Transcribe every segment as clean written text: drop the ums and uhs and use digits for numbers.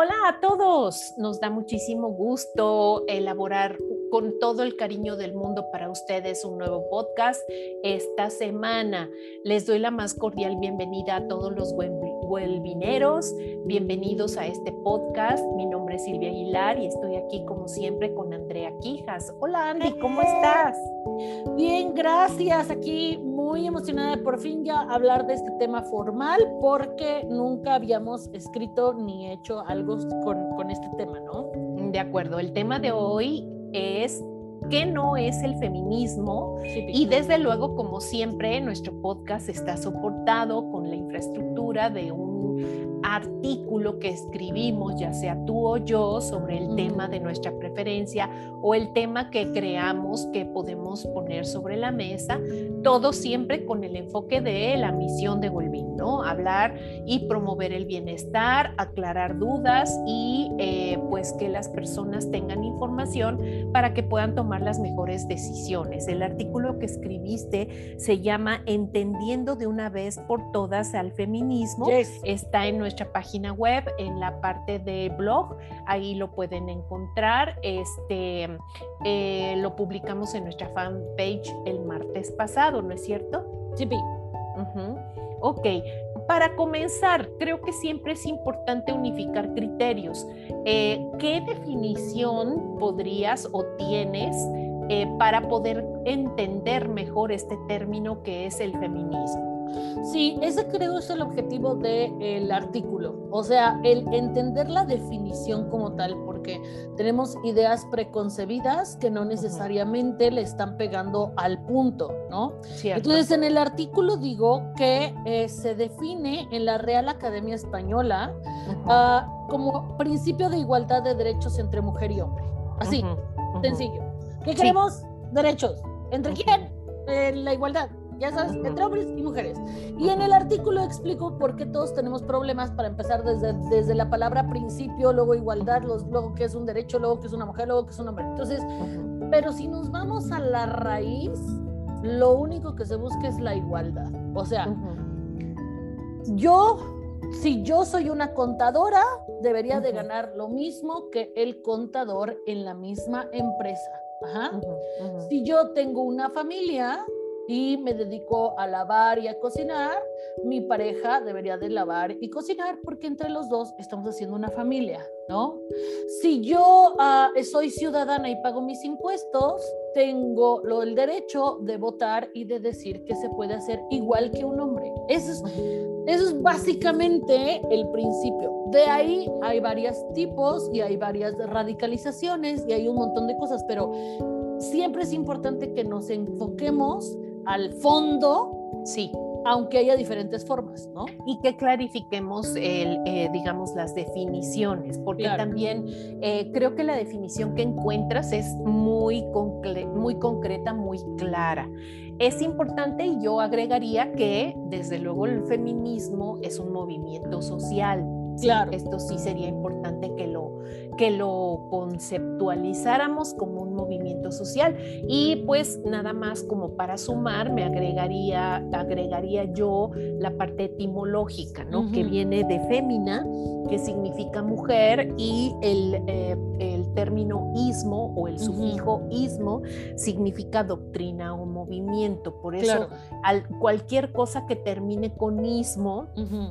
Hola a todos, nos da muchísimo gusto elaborar con todo el cariño del mundo para ustedes un nuevo podcast esta semana. Les doy la más cordial bienvenida a todos los webvineros, bienvenidos a este podcast. Mi nombre es Silvia Aguilar y estoy aquí como siempre con Andrea Quijas. Hola Andy, ¿cómo estás? Bien, gracias. Aquí muy emocionada de por fin ya hablar de este tema formal porque nunca habíamos escrito ni hecho algo con este tema, ¿no? De acuerdo, el tema de hoy es ¿qué no es el feminismo? Sí, y desde luego, como siempre, nuestro podcast está soportado con la infraestructura de un artículo que escribimos, ya sea tú o yo, sobre el tema de nuestra preferencia o el tema que creamos que podemos poner sobre la mesa, todo siempre con el enfoque de la misión de Golbin, ¿no? Hablar y promover el bienestar, aclarar dudas y pues que las personas tengan información para que puedan tomar las mejores decisiones. El artículo que escribiste se llama Entendiendo de una vez por todas al feminismo. Yes. Está en nuestra página web, en la parte de blog, ahí lo pueden encontrar. Lo publicamos en nuestra fanpage el martes pasado, ¿no es cierto? Sí. Ok, para comenzar, creo que siempre es importante unificar criterios. ¿Qué definición podrías o tienes para poder entender mejor este término que es el feminismo? Sí, ese creo es el objetivo del artículo, o sea, el entender la definición como tal, porque tenemos ideas preconcebidas que no necesariamente le están pegando al punto, ¿no? Cierto. Entonces, en el artículo digo que se define en la Real Academia Española como principio de igualdad de derechos entre mujer y hombre, así, sencillo. ¿Qué queremos? Sí. Derechos. ¿Entre quién? La igualdad. Ya sabes, entre hombres y mujeres. Y en el artículo explico por qué todos tenemos problemas para empezar desde la palabra principio, luego igualdad, luego que es un derecho, luego que es una mujer, luego que es un hombre. Entonces, pero si nos vamos a la raíz, lo único que se busca es la igualdad. O sea, si yo soy una contadora, debería de ganar lo mismo que el contador en la misma empresa. Si yo tengo una familia y me dedico a lavar y a cocinar, mi pareja debería de lavar y cocinar porque entre los dos estamos haciendo una familia, ¿no? Si yo soy ciudadana y pago mis impuestos, tengo el derecho de votar y de decir que se puede hacer igual que un hombre. Eso es básicamente el principio. De ahí hay varios tipos y hay varias radicalizaciones y hay un montón de cosas, pero siempre es importante que nos enfoquemos al fondo, sí, aunque haya diferentes formas, ¿no? Y que clarifiquemos, digamos, las definiciones, porque claro, también creo que la definición que encuentras es muy concreta, muy clara. Es importante y yo agregaría que, desde luego, el feminismo es un movimiento social. ¿Sí? Claro. Esto sí sería importante que lo conceptualizáramos como un movimiento social. Y pues nada más como para sumar, me agregaría yo la parte etimológica, ¿no? Que viene de fémina, que significa mujer, y el término ismo o el sufijo ismo significa doctrina o movimiento. Por eso, claro, cualquier cosa que termine con ismo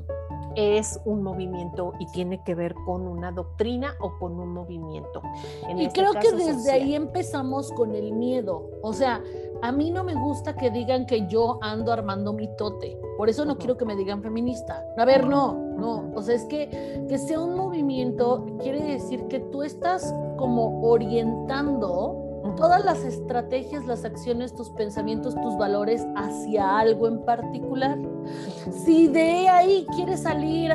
es un movimiento y tiene que ver con una doctrina o con un movimiento. Y creo que desde ahí empezamos con el miedo. O sea, a mí no me gusta que digan que yo ando armando mitote. Por eso no quiero que me digan feminista. A ver, no. O sea, es que sea un movimiento quiere decir que tú estás como orientando todas las estrategias, las acciones, tus pensamientos, tus valores hacia algo en particular. Si de ahí quieres salir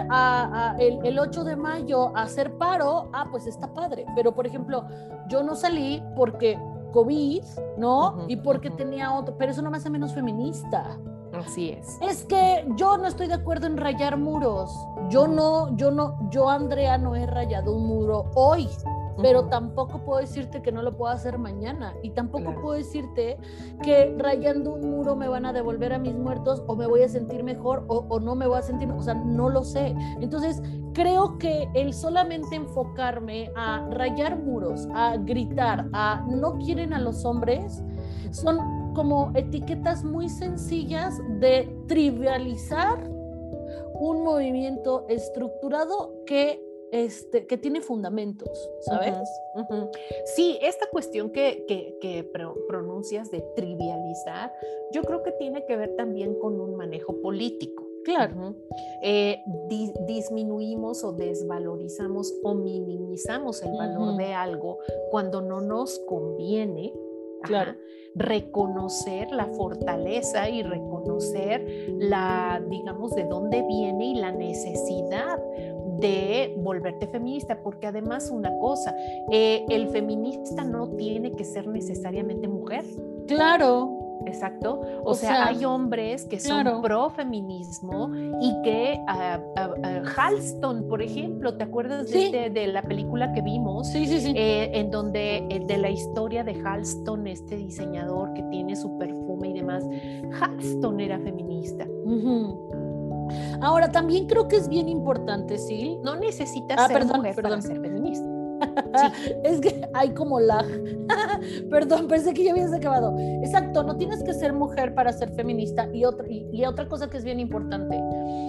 el 8 de mayo a hacer paro, pues está padre. Pero, por ejemplo, yo no salí porque COVID, ¿no? Y porque tenía otro, pero eso no me hace menos feminista. Así es. Es que yo no estoy de acuerdo en rayar muros. Yo, Andrea, no he rayado un muro hoy. pero tampoco puedo decirte que no lo puedo hacer mañana, y tampoco Claro. puedo decirte que rayando un muro me van a devolver a mis muertos, o me voy a sentir mejor, o no me voy a sentir, o sea, no lo sé. Entonces creo que el solamente enfocarme a rayar muros, a gritar, a no quieren a los hombres, son como etiquetas muy sencillas de trivializar un movimiento estructurado que tiene fundamentos, ¿sabes? Sí, esta cuestión que pronuncias de trivializar, yo creo que tiene que ver también con un manejo político. Claro. Disminuimos o desvalorizamos o minimizamos el valor de algo cuando no nos conviene. Claro. Reconocer la fortaleza y reconocer digamos, de dónde viene y la necesidad de volverte feminista, porque además una cosa, el feminista no tiene que ser necesariamente mujer. Claro. Exacto. O sea, hay hombres que son pro feminismo y que Halston, por ejemplo, ¿te acuerdas de la película que vimos? Sí. En donde de la historia de Halston, este diseñador que tiene su perfume y demás, Halston era feminista. Ahora, también creo que es bien importante, Sil. No necesitas ser mujer para ser feminista. Sí. Es que hay como lag. Perdón, pensé que ya habías acabado. Exacto, no tienes que ser mujer para ser feminista. Y otra cosa que es bien importante,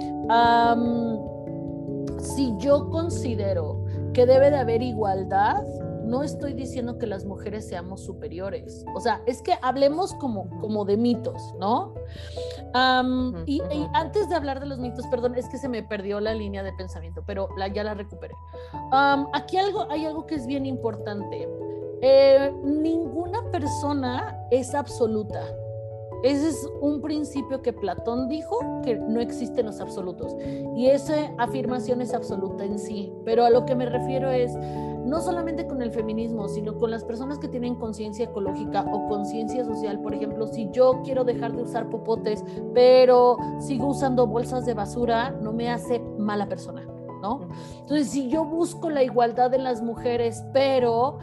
si yo considero que debe de haber igualdad, no estoy diciendo que las mujeres seamos superiores. O sea, es que hablemos como de mitos, ¿no? Y antes de hablar de los mitos, perdón, es que se me perdió la línea de pensamiento, pero ya la recuperé. Aquí hay algo que es bien importante. Ninguna persona es absoluta. Ese es un principio que Platón dijo, que no existen los absolutos. Y esa afirmación es absoluta en sí. Pero a lo que me refiero es, no solamente con el feminismo, sino con las personas que tienen conciencia ecológica o conciencia social. Por ejemplo, si yo quiero dejar de usar popotes, pero sigo usando bolsas de basura, no me hace mala persona, ¿no? Entonces, si yo busco la igualdad en las mujeres, pero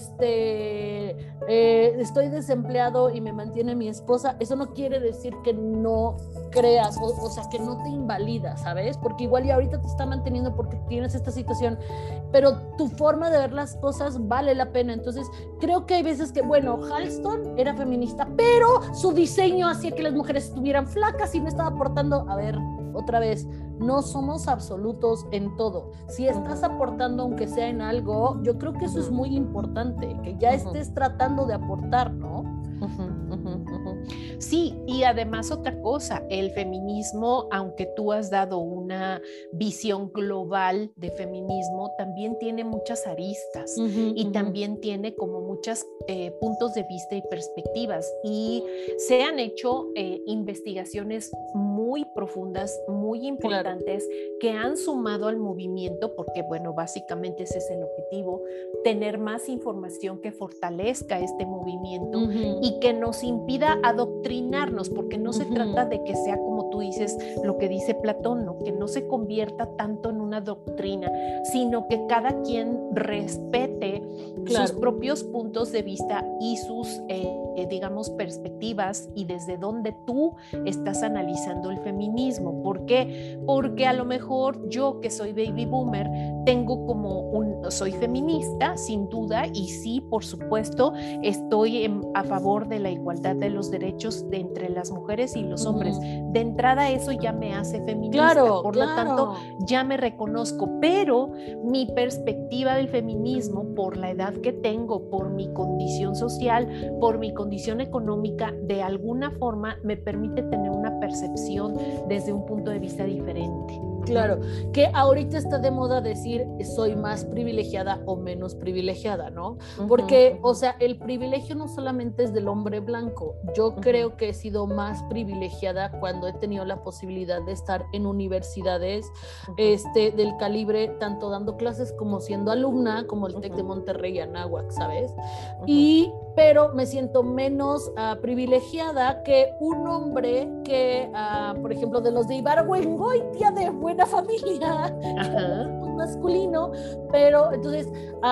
estoy desempleado y me mantiene mi esposa, eso no quiere decir que no creas, o sea, que no te invalida, ¿sabes? Porque igual y ahorita te está manteniendo porque tienes esta situación, pero tu forma de ver las cosas vale la pena. Entonces, creo que hay veces que, bueno, Halston era feminista, pero su diseño hacía que las mujeres estuvieran flacas y no estaba aportando. A ver, otra vez, no somos absolutos en todo. Si estás aportando, aunque sea en algo, yo creo que eso es muy importante, que ya estés tratando de aportar, ¿no? Sí, y además otra cosa, el feminismo, aunque tú has dado una visión global de feminismo, también tiene muchas aristas y también tiene como muchos puntos de vista y perspectivas, y se han hecho investigaciones muy profundas, muy importantes, que han sumado al movimiento, porque bueno, básicamente ese es el objetivo, tener más información que fortalezca este movimiento y que nos impida adoctrinarnos, porque no se trata de que sea como tú dices, lo que dice Platón, ¿no? Que no se convierta tanto en una doctrina, sino que cada quien respete sus propios puntos de vista y sus, digamos, perspectivas, y desde donde tú estás analizando el feminismo. ¿Por qué? Porque a lo mejor yo, que soy baby boomer, tengo soy feminista, sin duda, y sí, por supuesto, estoy a favor de la igualdad de los derechos entre las mujeres y los hombres. De entrada, eso ya me hace feminista, por lo tanto, ya me reconozco, pero mi perspectiva del feminismo, por la edad que tengo, por mi condición social, por mi condición económica, de alguna forma me permite tener una percepción desde un punto de vista diferente. Claro, que ahorita está de moda decir soy más privilegiada o menos privilegiada, ¿no? Porque, o sea, el privilegio no solamente es del hombre blanco. Yo creo que he sido más privilegiada cuando he tenido la posibilidad de estar en universidades del calibre, tanto dando clases como siendo alumna, como el TEC de Monterrey y Anáhuac, ¿sabes? Pero me siento menos privilegiada que un hombre que, por ejemplo, de los de Ibargüengoitia, de buena familia, masculino, pero entonces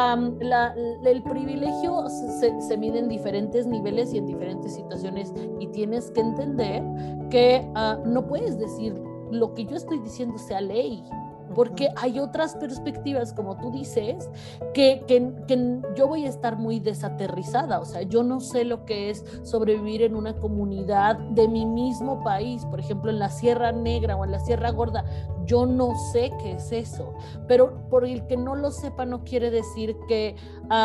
el privilegio se mide en diferentes niveles y en diferentes situaciones, y tienes que entender que no puedes decir lo que yo estoy diciendo sea ley, porque hay otras perspectivas, como tú dices, que yo voy a estar muy desaterrizada. O sea, yo no sé lo que es sobrevivir en una comunidad de mi mismo país, por ejemplo, en la Sierra Negra o en la Sierra Gorda. Yo no sé qué es eso, pero por el que no lo sepa no quiere decir que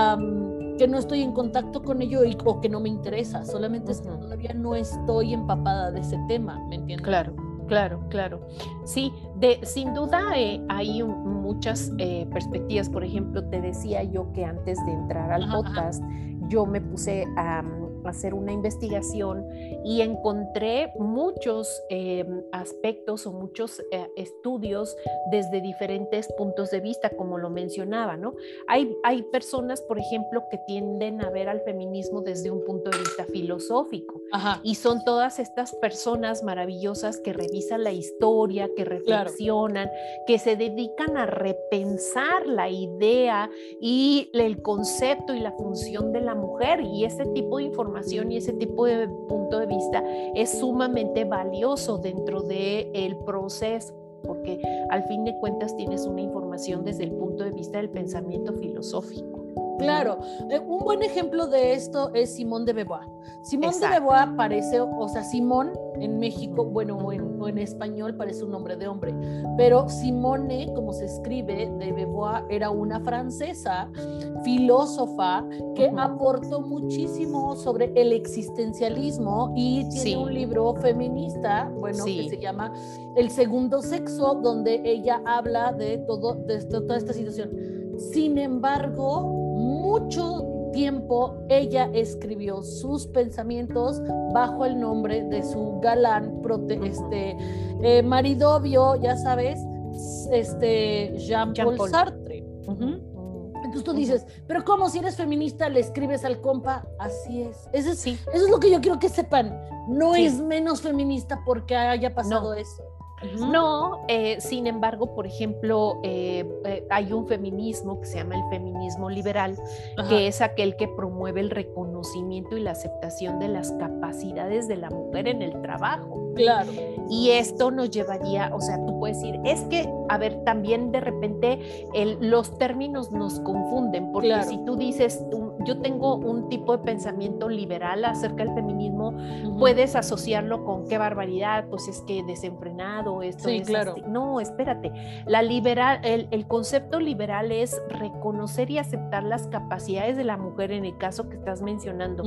no estoy en contacto con ello o que no me interesa, solamente es que todavía no estoy empapada de ese tema, ¿me entiendes? Claro. Claro. Sí, sin duda hay muchas perspectivas. Por ejemplo, te decía yo que antes de entrar al podcast, yo me puse a hacer una investigación y encontré muchos aspectos o muchos estudios desde diferentes puntos de vista, como lo mencionaba, ¿no? Hay personas, por ejemplo, que tienden a ver al feminismo desde un punto de vista filosófico. Y son todas estas personas maravillosas que revisan la historia, que reflexionan, que se dedican a repensar la idea y el concepto y la función de la mujer, y ese tipo de información y ese tipo de punto de vista es sumamente valioso dentro del proceso, porque al fin de cuentas tienes una información desde el punto de vista del pensamiento filosófico. Claro, un buen ejemplo de esto es Simone de Beauvoir. Simone de Beauvoir parece, o sea, Simone en México, bueno, o en español parece un nombre de hombre, pero Simone, como se escribe, de Beauvoir, era una francesa filósofa que aportó muchísimo sobre el existencialismo y tiene un libro feminista, bueno, que se llama El segundo sexo, donde ella habla de toda esta situación. Sin embargo, mucho tiempo ella escribió sus pensamientos bajo el nombre de su galán, maridobio, ya sabes, Jean-Paul Sartre. Entonces tú dices, pero ¿cómo si eres feminista le escribes al compa? Así es. Eso es lo que yo quiero que sepan. No es menos feminista porque haya pasado eso. No, sin embargo, por ejemplo, hay un feminismo que se llama el feminismo liberal, que es aquel que promueve el reconocimiento y la aceptación de las capacidades de la mujer en el trabajo. Claro. Y esto nos llevaría, o sea, tú puedes decir, es que, a ver, también de repente los términos nos confunden, porque si tú dices, yo tengo un tipo de pensamiento liberal acerca del feminismo, puedes asociarlo con qué barbaridad, pues es que desenfrenado, esto es así. No, espérate, el concepto liberal es reconocer y aceptar las capacidades de la mujer, en el caso que estás mencionando,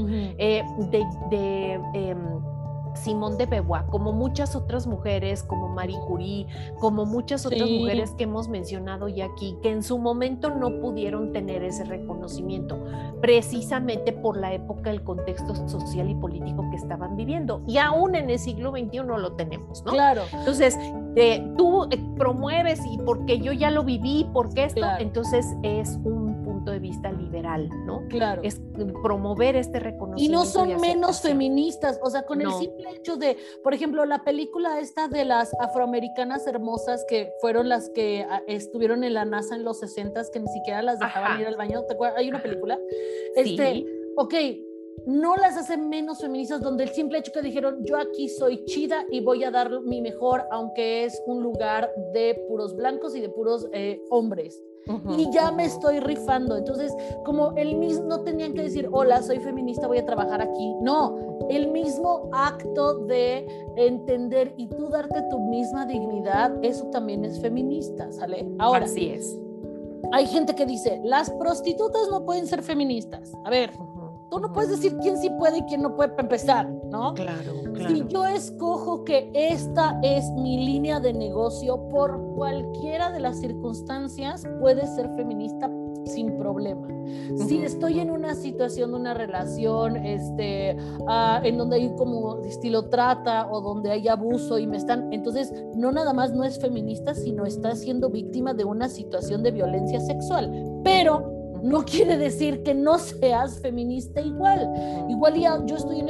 Simone de Beauvoir, como muchas otras mujeres, como Marie Curie, como muchas otras mujeres que hemos mencionado ya aquí, que en su momento no pudieron tener ese reconocimiento, precisamente por la época, el contexto social y político que estaban viviendo, y aún en el siglo XXI lo tenemos, ¿no? Claro. Entonces, tú promueves, y porque yo ya lo viví, porque esto, entonces es un punto de vista liberal, ¿no? Claro. Es promover este reconocimiento. Y no son menos feministas, o sea, con el simple hecho de, por ejemplo, la película esta de las afroamericanas hermosas que fueron las que estuvieron en la NASA en los 60s, que ni siquiera las dejaban ir al baño, ¿te acuerdas? Hay una película. Ok, no las hacen menos feministas, donde el simple hecho que dijeron, yo aquí soy chida y voy a dar mi mejor, aunque es un lugar de puros blancos y de puros hombres. Y ya me estoy rifando. Entonces, como no tenían que decir, hola, soy feminista, voy a trabajar aquí. No, el mismo acto de entender y tú darte tu misma dignidad, eso también es feminista, ¿sale? Ahora, así es. Hay gente que dice, las prostitutas no pueden ser feministas. A ver, tú no puedes decir quién sí puede y quién no puede para empezar, ¿no? Claro. Si yo escojo que esta es mi línea de negocio, por cualquiera de las circunstancias, puede ser feminista sin problema. Si estoy en una situación de una relación en donde hay como estilo trata o donde hay abuso y entonces no nada más no es feminista, sino está siendo víctima de una situación de violencia sexual, pero no quiere decir que no seas feminista igual. Igual yo estoy en esta circunstancia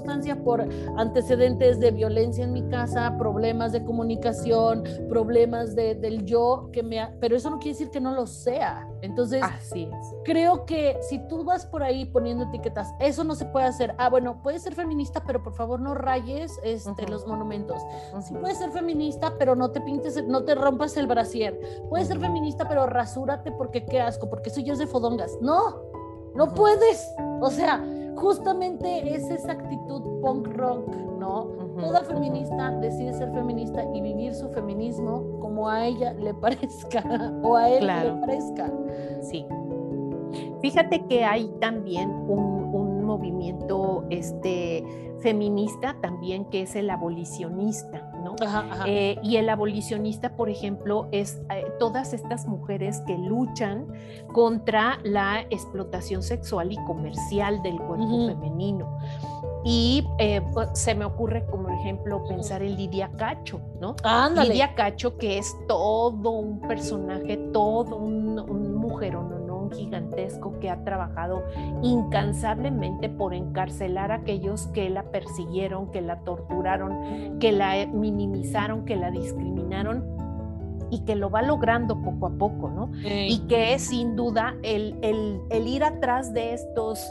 circunstancia por antecedentes de violencia en mi casa, problemas de comunicación, problemas del yo, pero eso no quiere decir que no lo sea. Entonces, así es. Creo que si tú vas por ahí poniendo etiquetas, eso no se puede hacer. Bueno, puedes ser feminista, pero por favor no rayes los monumentos. Sí puedes ser feminista, pero no te pintes, no te rompas el brasier. Puedes ser feminista, pero rasúrate porque qué asco, porque eso ya es de fodongas. No puedes. O sea, justamente es esa actitud punk rock, ¿no? Toda feminista decide ser feminista y vivir su feminismo como a ella le parezca o a él le parezca. Sí. Fíjate que hay también un movimiento feminista también que es el abolicionista, ¿no? Y el abolicionista, por ejemplo, es todas estas mujeres que luchan contra la explotación sexual y comercial del cuerpo femenino. Y se me ocurre, como ejemplo, pensar en Lidia Cacho, ¿no? Ándale. Lidia Cacho, que es todo un personaje, todo un mujerón gigantesco, que ha trabajado incansablemente por encarcelar a aquellos que la persiguieron, que la torturaron, que la minimizaron, que la discriminaron, y que lo va logrando poco a poco, ¿no? Y que es sin duda el ir atrás de estos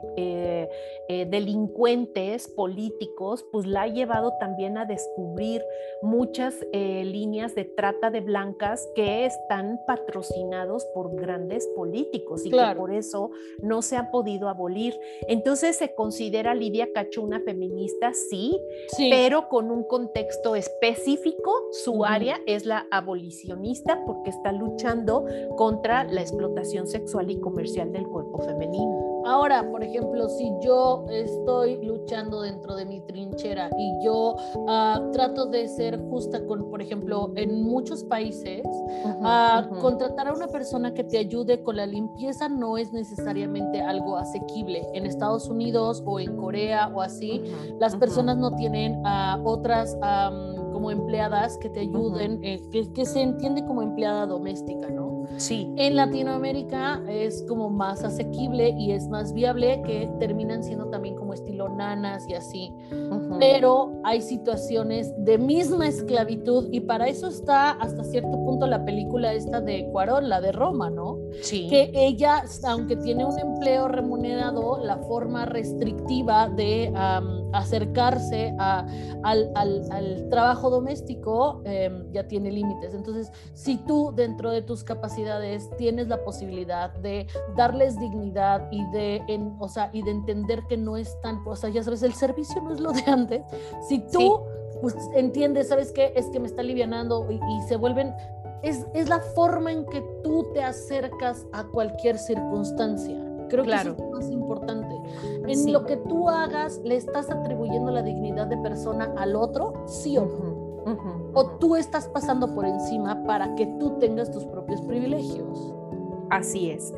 delincuentes políticos, pues la ha llevado también a descubrir muchas líneas de trata de blancas que están patrocinados por grandes políticos y que por eso no se han podido abolir. Entonces se considera Lidia Cacho una feminista, sí, pero con un contexto específico. Su área es la abolición, porque está luchando contra la explotación sexual y comercial del cuerpo femenino. Ahora, por ejemplo, si yo estoy luchando dentro de mi trinchera y yo trato de ser justa con, por ejemplo, en muchos países, contratar a una persona que te ayude con la limpieza no es necesariamente algo asequible. En Estados Unidos o en Corea o así, las personas no tienen otras como empleadas que te ayuden, que se entiende como empleada doméstica, ¿no? Sí. En Latinoamérica es como más asequible y es más viable, que terminan siendo también como estilo nanas y así. Pero hay situaciones de misma esclavitud, y para eso está hasta cierto punto la película esta de Cuarón, la de Roma, ¿no? Sí. Que ella, aunque tiene un empleo remunerado, la forma restrictiva de acercarse al trabajo doméstico ya tiene límites. Entonces, si tú dentro de tus capacidades tienes la posibilidad de darles dignidad y de entender que no es tan, o sea, ya sabes, el servicio no es lo de antes. Si tú pues, entiendes, ¿sabes qué? Es que me está alivianando y se vuelven... Es la forma en que tú te acercas a cualquier circunstancia. Creo que eso es lo más importante. En lo que tú hagas, ¿le estás atribuyendo la dignidad de persona al otro? ¿Sí o no? ¿O tú estás pasando por encima para que tú tengas tus propios privilegios? Así es.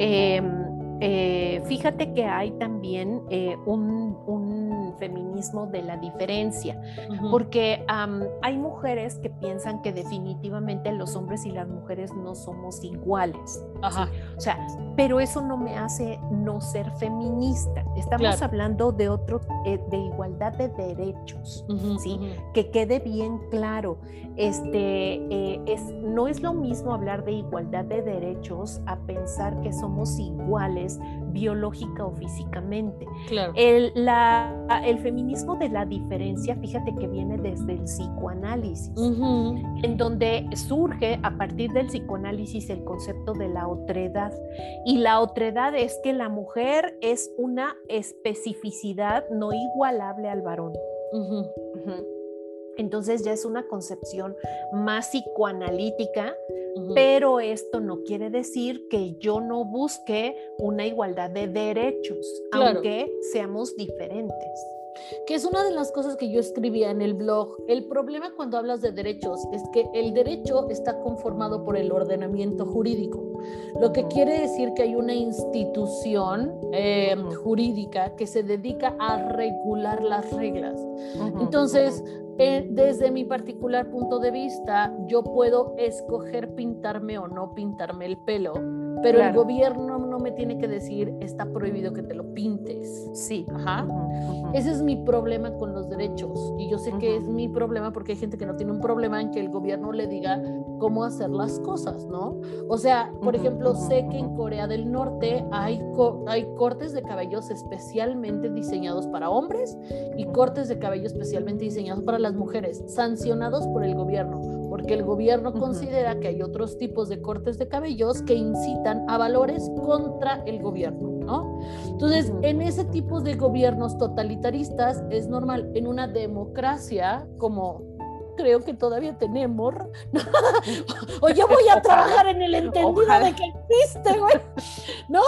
Fíjate que hay también un feminismo de la diferencia, porque hay mujeres que piensan que definitivamente los hombres y las mujeres no somos iguales. ¿Sí? O sea, pero eso no me hace no ser feminista. Estamos hablando de de igualdad de derechos, ¿sí? Que quede bien claro. No es lo mismo hablar de igualdad de derechos a pensar que somos iguales biológica o físicamente. El feminismo de la diferencia, fíjate que viene desde el psicoanálisis, en donde surge a partir del psicoanálisis el concepto de la otredad. Y la otredad es que la mujer es una especificidad no igualable al varón. Entonces ya es una concepción más psicoanalítica, pero esto no quiere decir que yo no busque una igualdad de derechos, aunque seamos diferentes. Que es una de las cosas que yo escribía en el blog. El problema cuando hablas de derechos es que el derecho está conformado por el ordenamiento jurídico, lo que quiere decir que hay una institución jurídica que se dedica a regular las reglas. Entonces, Desde mi particular punto de vista, yo puedo escoger pintarme o no pintarme el pelo, pero claro, el gobierno no me tiene que decir, está prohibido que te lo pintes. Sí. Ajá. Ese es mi problema con los derechos. Y yo sé que es mi problema porque hay gente que no tiene un problema en que el gobierno le diga cómo hacer las cosas, ¿no? O sea, por ejemplo, sé que en Corea del Norte hay cortes de cabellos especialmente diseñados para hombres y cortes de cabello especialmente diseñados para las mujeres, sancionados por el gobierno, porque el gobierno considera que hay otros tipos de cortes de cabellos que incitan a valores contra el gobierno, ¿no? Entonces, en ese tipo de gobiernos totalitaristas es normal. En una democracia como creo que todavía tenemos, o yo voy a trabajar en el entendido de que existe, güey, ¿no?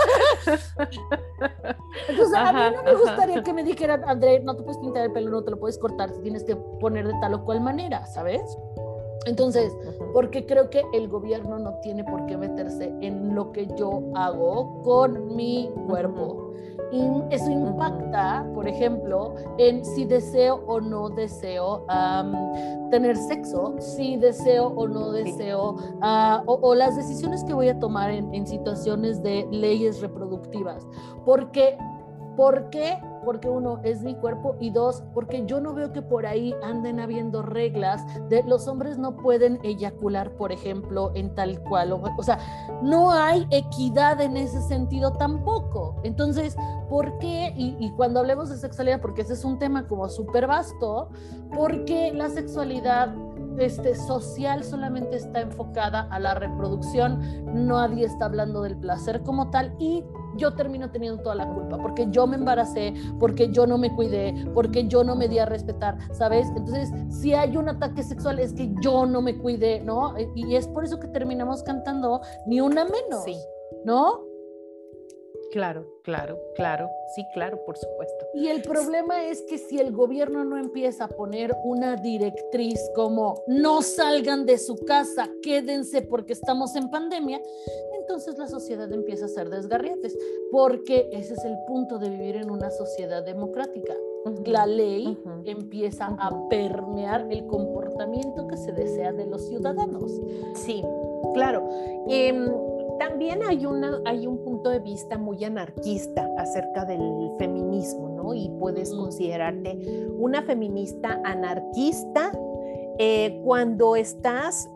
Entonces, a mí no me gustaría que me dijeran, André, no te puedes pintar el pelo, no te lo puedes cortar, te tienes que poner de tal o cual manera, ¿sabes? Entonces, porque creo que el gobierno no tiene por qué meterse en lo que yo hago con mi cuerpo. Y eso impacta, por ejemplo, en si deseo o no deseo tener sexo, si deseo o no deseo, o las decisiones que voy a tomar en situaciones de leyes reproductivas. ¿Por qué? Porque uno, es mi cuerpo, y dos, porque yo no veo que por ahí anden habiendo reglas de los hombres no pueden eyacular, por ejemplo, en tal cual, o sea, no hay equidad en ese sentido tampoco. Entonces, ¿por qué? Y cuando hablemos de sexualidad, porque ese es un tema como súper vasto, porque la sexualidad social solamente está enfocada a la reproducción, nadie está hablando del placer como tal, y yo termino teniendo toda la culpa, porque yo me embaracé, porque yo no me cuidé, porque yo no me di a respetar, ¿sabes? Entonces, si hay un ataque sexual es que yo no me cuidé, ¿no? Y es por eso que terminamos cantando Ni Una Menos, sí, ¿no? Claro, sí, claro, por supuesto. Y el problema es que si el gobierno no empieza a poner una directriz como no salgan de su casa, quédense porque estamos en pandemia, entonces la sociedad empieza a hacer desgarriates, porque ese es el punto de vivir en una sociedad democrática. La ley empieza a permear el comportamiento que se desea de los ciudadanos. Sí, claro. También hay un punto de vista muy anarquista acerca del feminismo, ¿no? Y puedes considerarte una feminista anarquista cuando estás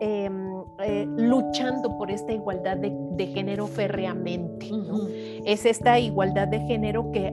luchando por esta igualdad de género férreamente, ¿no? Es esta igualdad de género que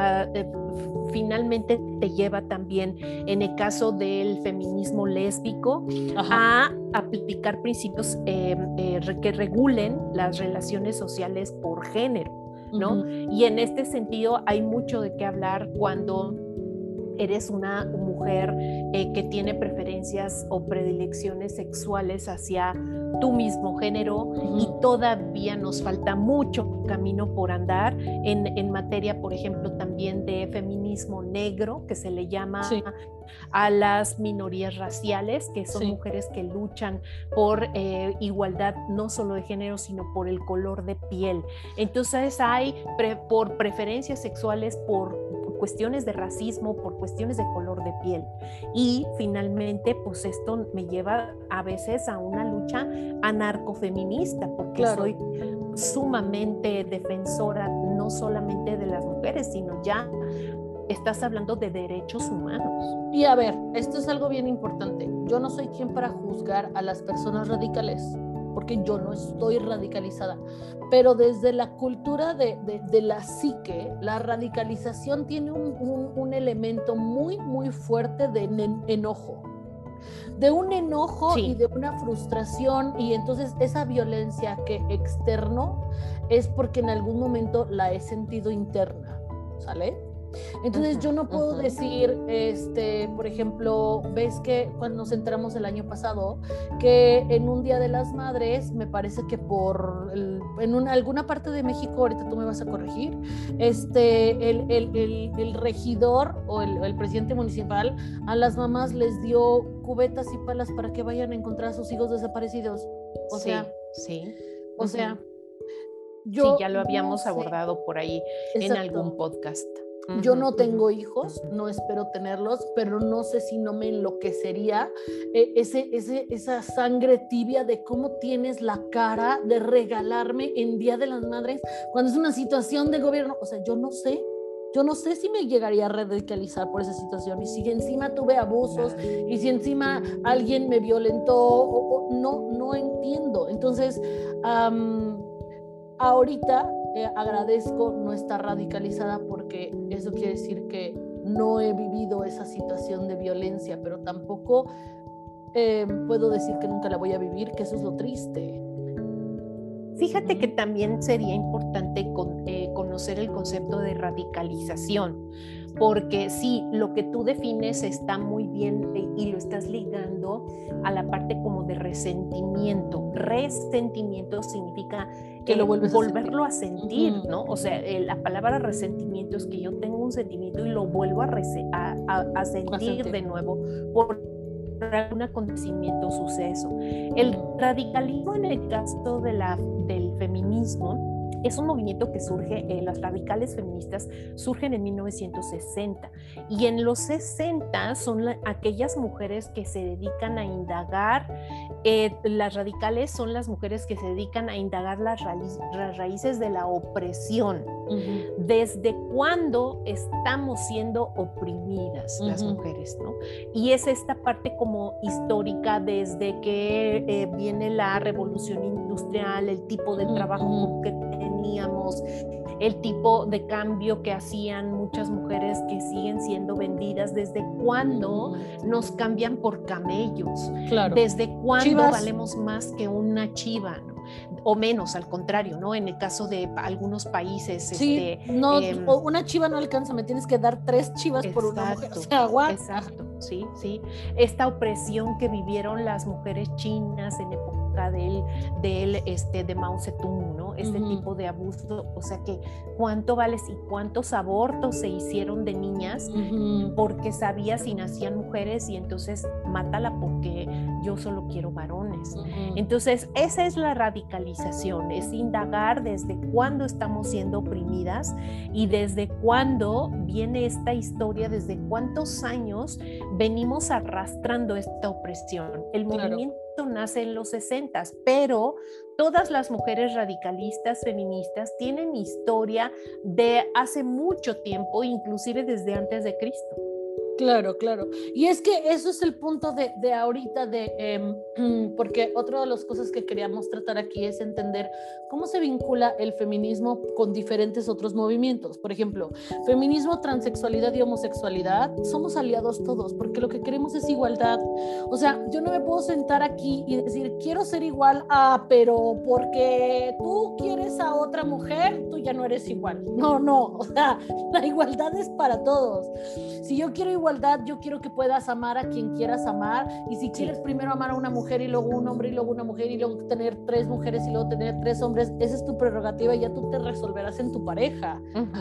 finalmente te lleva también, en el caso del feminismo lésbico, a aplicar principios que regulen las relaciones sociales por género, ¿no? Y en este sentido hay mucho de qué hablar cuando eres una mujer que tiene preferencias o predilecciones sexuales hacia tu mismo género, y todavía nos falta mucho camino por andar en materia, por ejemplo, también de feminismo negro, que se le llama a las minorías raciales, que son mujeres que luchan por igualdad no solo de género, sino por el color de piel. Entonces hay por preferencias sexuales, por cuestiones de racismo, por cuestiones de color de piel. Y finalmente, pues esto me lleva a veces a una lucha anarcofeminista, porque soy sumamente defensora no solamente de las mujeres, sino ya estás hablando de derechos humanos. Y a ver, esto es algo bien importante. Yo no soy quien para juzgar a las personas radicales, porque yo no estoy radicalizada, pero desde la cultura de la psique, la radicalización tiene un elemento muy, muy fuerte de enojo, de un enojo y de una frustración, y entonces esa violencia que externo es porque en algún momento la he sentido interna, ¿sale? Entonces yo no puedo decir, por ejemplo, ves que cuando nos enteramos el año pasado que en un Día de las Madres, me parece que en alguna parte de México, ahorita tú me vas a corregir, el regidor o el presidente municipal a las mamás les dio cubetas y palas para que vayan a encontrar a sus hijos desaparecidos. O sea, ya lo habíamos abordado por ahí en algún podcast. Yo no tengo hijos, no espero tenerlos, pero no sé si no me enloquecería esa sangre tibia de cómo tienes la cara de regalarme en Día de las Madres cuando es una situación de gobierno. O sea, yo no sé si me llegaría a radicalizar por esa situación, y si encima tuve abusos, y si encima alguien me violentó, no entiendo. Entonces, ahorita agradezco no estar radicalizada, porque eso quiere decir que no he vivido esa situación de violencia, pero tampoco puedo decir que nunca la voy a vivir, que eso es lo triste. Fíjate que también sería importante conocer el concepto de radicalización, porque sí, lo que tú defines está muy bien y lo estás ligando a la parte como de resentimiento. Resentimiento significa que lo vuelves volverlo a sentir, ¿no? O sea, la palabra resentimiento es que yo tengo un sentimiento y lo vuelvo a sentir de nuevo por algún acontecimiento o suceso. El radicalismo, en el caso del feminismo, es un movimiento que surge, las radicales feministas surgen en 1960, y en los 60 son aquellas mujeres que se dedican a indagar, las radicales son las mujeres que se dedican a indagar las raíces de la opresión. ¿Desde cuándo estamos siendo oprimidas las mujeres, ¿no? Y es esta parte como histórica, desde que viene la revolución industrial, el tipo de trabajo que teníamos, el tipo de cambio que hacían muchas mujeres que siguen siendo vendidas, desde cuándo nos cambian por camellos, desde cuándo valemos más que una chiva, ¿no? O menos, al contrario, ¿no? En el caso de algunos países, sí, una chiva no alcanza, me tienes que dar 3 chivas por una mujer. O sea, exacto, sí. Esta opresión que vivieron las mujeres chinas en época de Mao Zedong, ¿no? Este tipo de abuso, o sea, que cuánto vales y cuántos abortos se hicieron de niñas porque sabía si nacían mujeres, y entonces mátala porque yo solo quiero varones. Entonces, esa es la radicalización, es indagar desde cuándo estamos siendo oprimidas y desde cuándo viene esta historia, desde cuántos años venimos arrastrando esta opresión. El movimiento nace en los 60, pero todas las mujeres radicalistas feministas tienen historia de hace mucho tiempo, inclusive desde antes de Cristo. Claro. Y es que eso es el punto de ahorita, porque otra de las cosas que queríamos tratar aquí es entender cómo se vincula el feminismo con diferentes otros movimientos. Por ejemplo, feminismo, transexualidad y homosexualidad, somos aliados todos, porque lo que queremos es igualdad. O sea, yo no me puedo sentar aquí y decir, quiero ser igual pero porque tú quieres a otra mujer, tú ya no eres igual. No, o sea, la igualdad es para todos. Si yo quiero igualdad, yo quiero que puedas amar a quien quieras amar, y si quieres primero amar a una mujer y luego un hombre y luego una mujer y luego tener 3 mujeres y luego tener 3 hombres, esa es tu prerrogativa y ya tú te resolverás en tu pareja.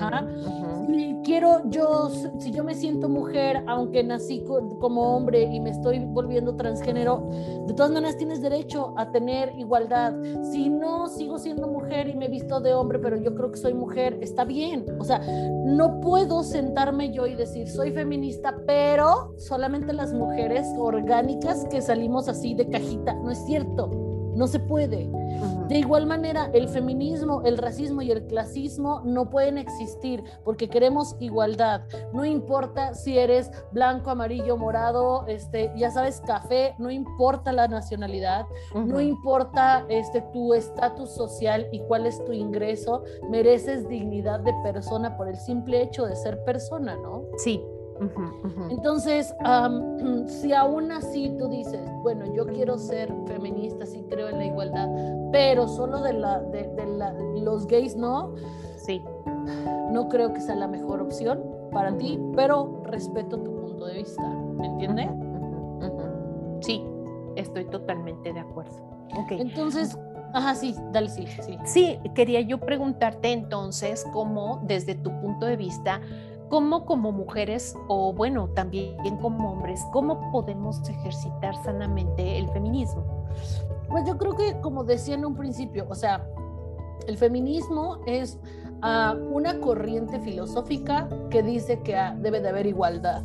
Si yo me siento mujer, aunque nací como hombre y me estoy volviendo transgénero, de todas maneras tienes derecho a tener igualdad. Si no, sigo siendo mujer y me visto de hombre, pero yo creo que soy mujer, está bien. O sea, no puedo sentarme yo y decir, soy feminista, pero solamente las mujeres orgánicas que salimos así de cajita. No es cierto, no se puede. De igual manera, el feminismo, el racismo y el clasismo no pueden existir, porque queremos igualdad. No importa si eres blanco, amarillo, morado, ya sabes, café, no importa la nacionalidad, no importa tu estatus social y cuál es tu ingreso, mereces dignidad de persona por el simple hecho de ser persona, ¿no? Sí. Entonces, si aún así tú dices, bueno, yo quiero ser feminista, sí creo en la igualdad, pero solo de los gays no, sí, no creo que sea la mejor opción para ti, pero respeto tu punto de vista, ¿me entiendes? Sí, estoy totalmente de acuerdo. Okay. Entonces, sí, dale, sí. Sí, quería yo preguntarte entonces, cómo desde tu punto de vista, ¿cómo como mujeres, o bueno, también como hombres, cómo podemos ejercitar sanamente el feminismo? Pues yo creo que, como decía en un principio, o sea, el feminismo es una corriente filosófica que dice que debe de haber igualdad.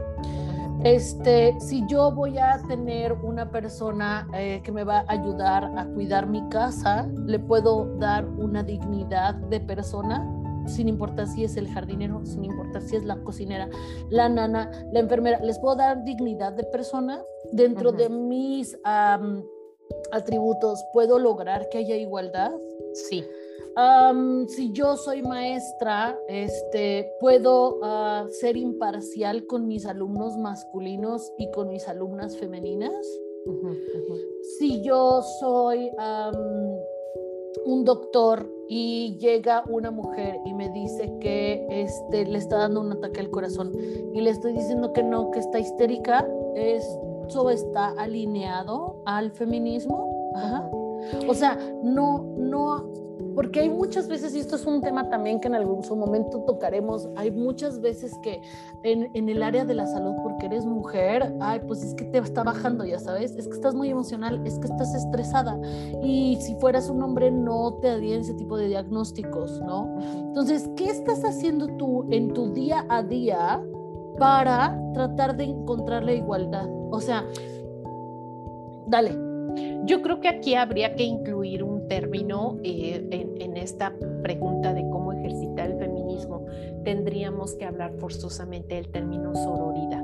Si yo voy a tener una persona que me va a ayudar a cuidar mi casa, le puedo dar una dignidad de persona, sin importar si es el jardinero, sin importar si es la cocinera, la nana, la enfermera. Les puedo dar dignidad de persona. Dentro de mis atributos, ¿puedo lograr que haya igualdad? Sí. Si yo soy maestra, puedo ser imparcial con mis alumnos masculinos y con mis alumnas femeninas. Si yo soy un doctor y llega una mujer y me dice que le está dando un ataque al corazón y le estoy diciendo que no, que está histérica, ¿eso está alineado al feminismo? Ajá. O sea, no, porque hay muchas veces, y esto es un tema también que en algún momento tocaremos, hay muchas veces que en el área de la salud, porque eres mujer, pues es que te está bajando, ya sabes, es que estás muy emocional, es que estás estresada, y si fueras un hombre no te darían ese tipo de diagnósticos, ¿no? Entonces, ¿qué estás haciendo tú en tu día a día para tratar de encontrar la igualdad? O sea, dale. Yo creo que aquí habría que incluir un término en esta pregunta de cómo ejercitar el feminismo. Tendríamos que hablar forzosamente del término sororidad.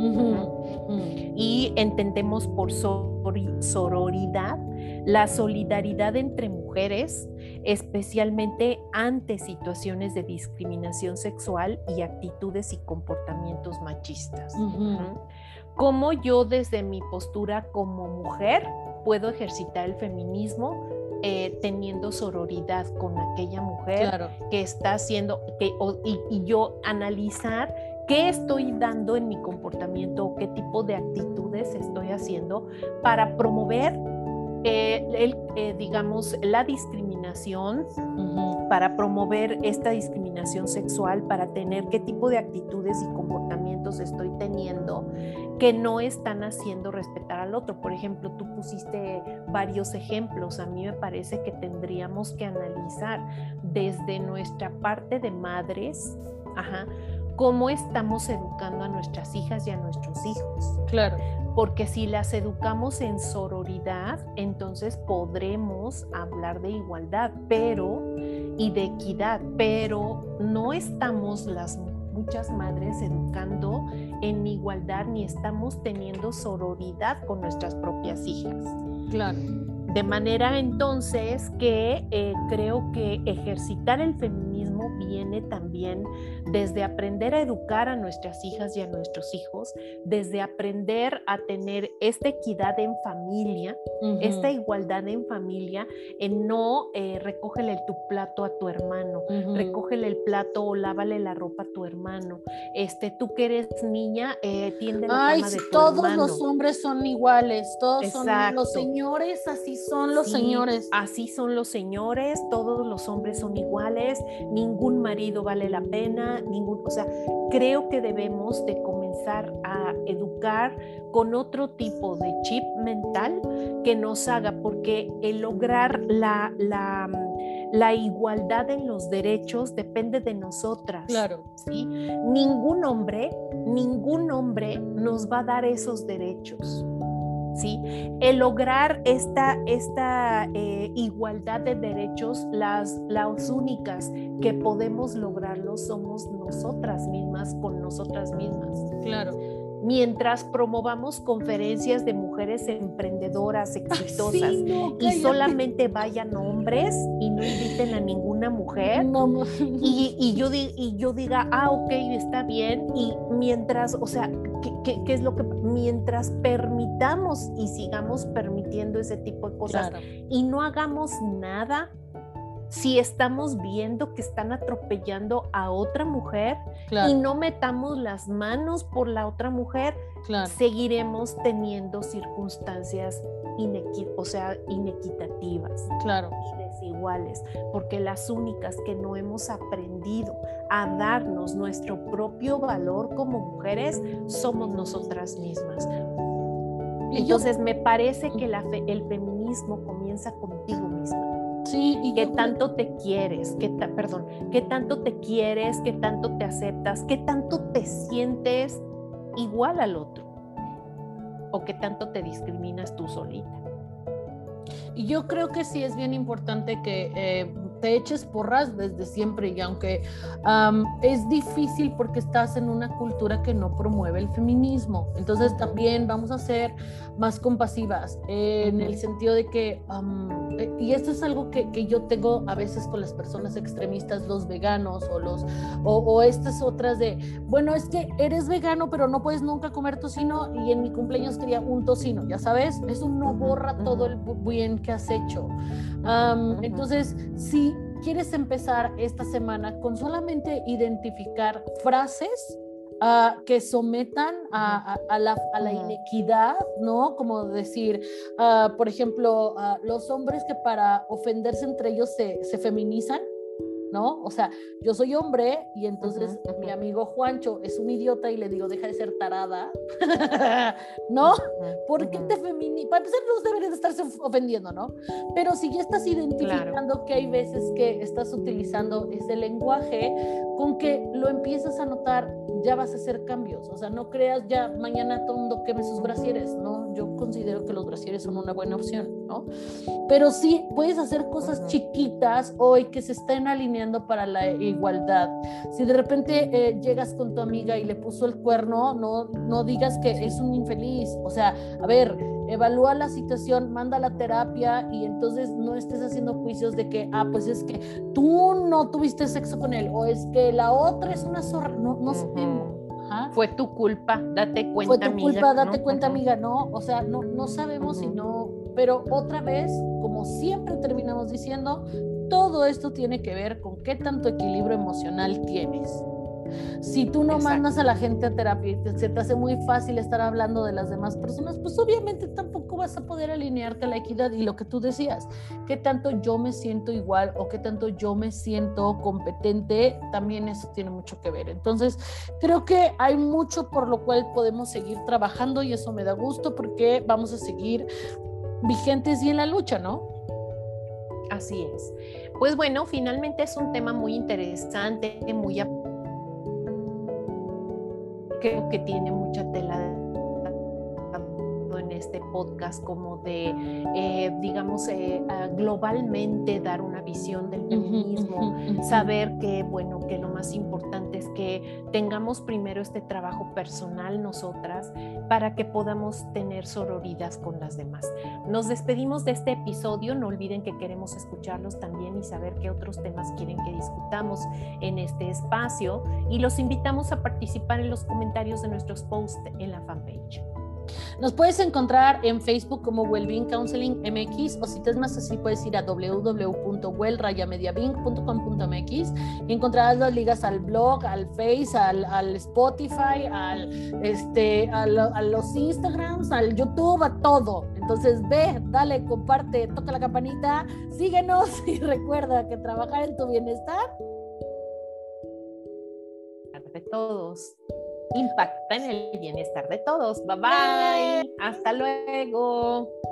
Y entendemos por sororidad la solidaridad entre mujeres, especialmente ante situaciones de discriminación sexual y actitudes y comportamientos machistas. Cómo yo desde mi postura como mujer puedo ejercitar el feminismo teniendo sororidad con aquella mujer que está haciendo, y yo analizar qué estoy dando en mi comportamiento o qué tipo de actitudes estoy haciendo para promover digamos, la discriminación, para promover esta discriminación sexual, para tener qué tipo de actitudes y comportamientos estoy teniendo que no están haciendo respetar al otro. Por ejemplo, tú pusiste varios ejemplos. A mí me parece que tendríamos que analizar desde nuestra parte de madres, cómo estamos educando a nuestras hijas y a nuestros hijos. Claro. Porque si las educamos en sororidad, entonces podremos hablar de igualdad, y de equidad, pero no estamos muchas madres educando en igualdad ni estamos teniendo sororidad con nuestras propias hijas. Claro. De manera entonces que creo que ejercitar el feminismo viene también desde aprender a educar a nuestras hijas y a nuestros hijos, desde aprender a tener esta equidad en familia, esta igualdad en familia, en no recógele tu plato a tu hermano, recógele el plato o lávale la ropa a tu hermano, tú que eres niña, tiende la cama de tu todos hermano. Los hombres son iguales, todos Exacto. Son los señores, así son los señores. Así son los señores, todos los hombres son iguales, ningún marido vale la pena, o sea, creo que debemos de comenzar a educar con otro tipo de chip mental que nos haga, porque el lograr la igualdad en los derechos depende de nosotras. Claro. ¿Sí? Ningún hombre nos va a dar esos derechos. ¿Sí? El lograr esta igualdad de derechos, las únicas que podemos lograrlo somos nosotras mismas con nosotras mismas. Claro. Mientras promovamos conferencias de mujeres emprendedoras exitosas y solamente vayan hombres y no inviten a ninguna mujer, y yo diga, ok, está bien, y mientras, o sea, ¿qué es lo que? Mientras permitamos y sigamos permitiendo ese tipo de cosas, y no hagamos nada, si estamos viendo que están atropellando a otra mujer, y no metamos las manos por la otra mujer, seguiremos teniendo circunstancias inequitativas y desiguales, porque las únicas que no hemos aprendido a darnos nuestro propio valor como mujeres somos nosotras mismas. Entonces me parece que el feminismo comienza contigo misma. Sí, y ¿Qué tanto te quieres? ¿Qué tanto te quieres? ¿Qué tanto te aceptas? ¿Qué tanto te sientes igual al otro? ¿O qué tanto te discriminas tú solita? Y yo creo que sí es bien importante que te eches porras desde siempre, y aunque es difícil porque estás en una cultura que no promueve el feminismo, entonces también vamos a ser más compasivas en el sentido de que, y esto es algo que yo tengo a veces con las personas extremistas, los veganos o estas otras de, bueno, es que eres vegano pero no puedes nunca comer tocino y en mi cumpleaños quería un tocino, ya sabes, eso no borra todo el bien que has hecho. Entonces, si quieres empezar esta semana con solamente identificar frases que sometan a la inequidad, ¿no? Como decir, por ejemplo, los hombres que para ofenderse entre ellos se feminizan, ¿no? O sea, yo soy hombre y entonces mi amigo Juancho es un idiota y le digo, deja de ser tarada, ¿no? ¿Por qué te feminizas? Para empezar, no deberías estarse ofendiendo, ¿no? Pero si ya estás identificando que hay veces que estás utilizando ese lenguaje, con que lo empiezas a notar, ya vas a hacer cambios. O sea, no creas ya mañana todo el mundo queme sus brasieres, ¿no? Yo considero que los brasieres son una buena opción, ¿no? Pero sí puedes hacer cosas chiquitas hoy que se estén alineando para la igualdad. Si de repente llegas con tu amiga y le puso el cuerno, no digas que es un infeliz. O sea, a ver, evalúa la situación, manda la terapia y entonces no estés haciendo juicios de que, pues es que tú no tuviste sexo con él o es que la otra es una zorra. No sabemos. Fue tu culpa, date cuenta, fue tu amiga, culpa, date ¿no? cuenta, amiga, ¿no? O sea, no sabemos si no, pero otra vez, como siempre terminamos diciendo, todo esto tiene que ver con qué tanto equilibrio emocional tienes. Si tú no mandas a la gente a terapia y se te hace muy fácil estar hablando de las demás personas, pues obviamente tampoco vas a poder alinearte a la equidad. Y lo que tú decías, qué tanto yo me siento igual o qué tanto yo me siento competente, también eso tiene mucho que ver. Entonces, creo que hay mucho por lo cual podemos seguir trabajando y eso me da gusto porque vamos a seguir vigentes y en la lucha, ¿no? Así es. Pues bueno, finalmente es un tema muy interesante, creo que tiene mucha tela en este podcast como de, digamos, globalmente dar una visión del feminismo, saber que, bueno, que lo más importante es que tengamos primero este trabajo personal nosotras para que podamos tener sororidad con las demás. Nos despedimos de este episodio, no olviden que queremos escucharlos también y saber qué otros temas quieren que discutamos en este espacio y los invitamos a participar en los comentarios de nuestros posts en la fanpage. Nos puedes encontrar en Facebook como Wellbeing Counseling MX o si te es más así puedes ir a www.well-mediabing.com.mx y encontrarás las ligas al blog, al Face, al Spotify, a los Instagrams, al YouTube, a todo. Entonces ve, dale, comparte, toca la campanita, síguenos y recuerda que trabajar en tu bienestar de todos impacta en el bienestar de todos. Bye bye. Hasta luego.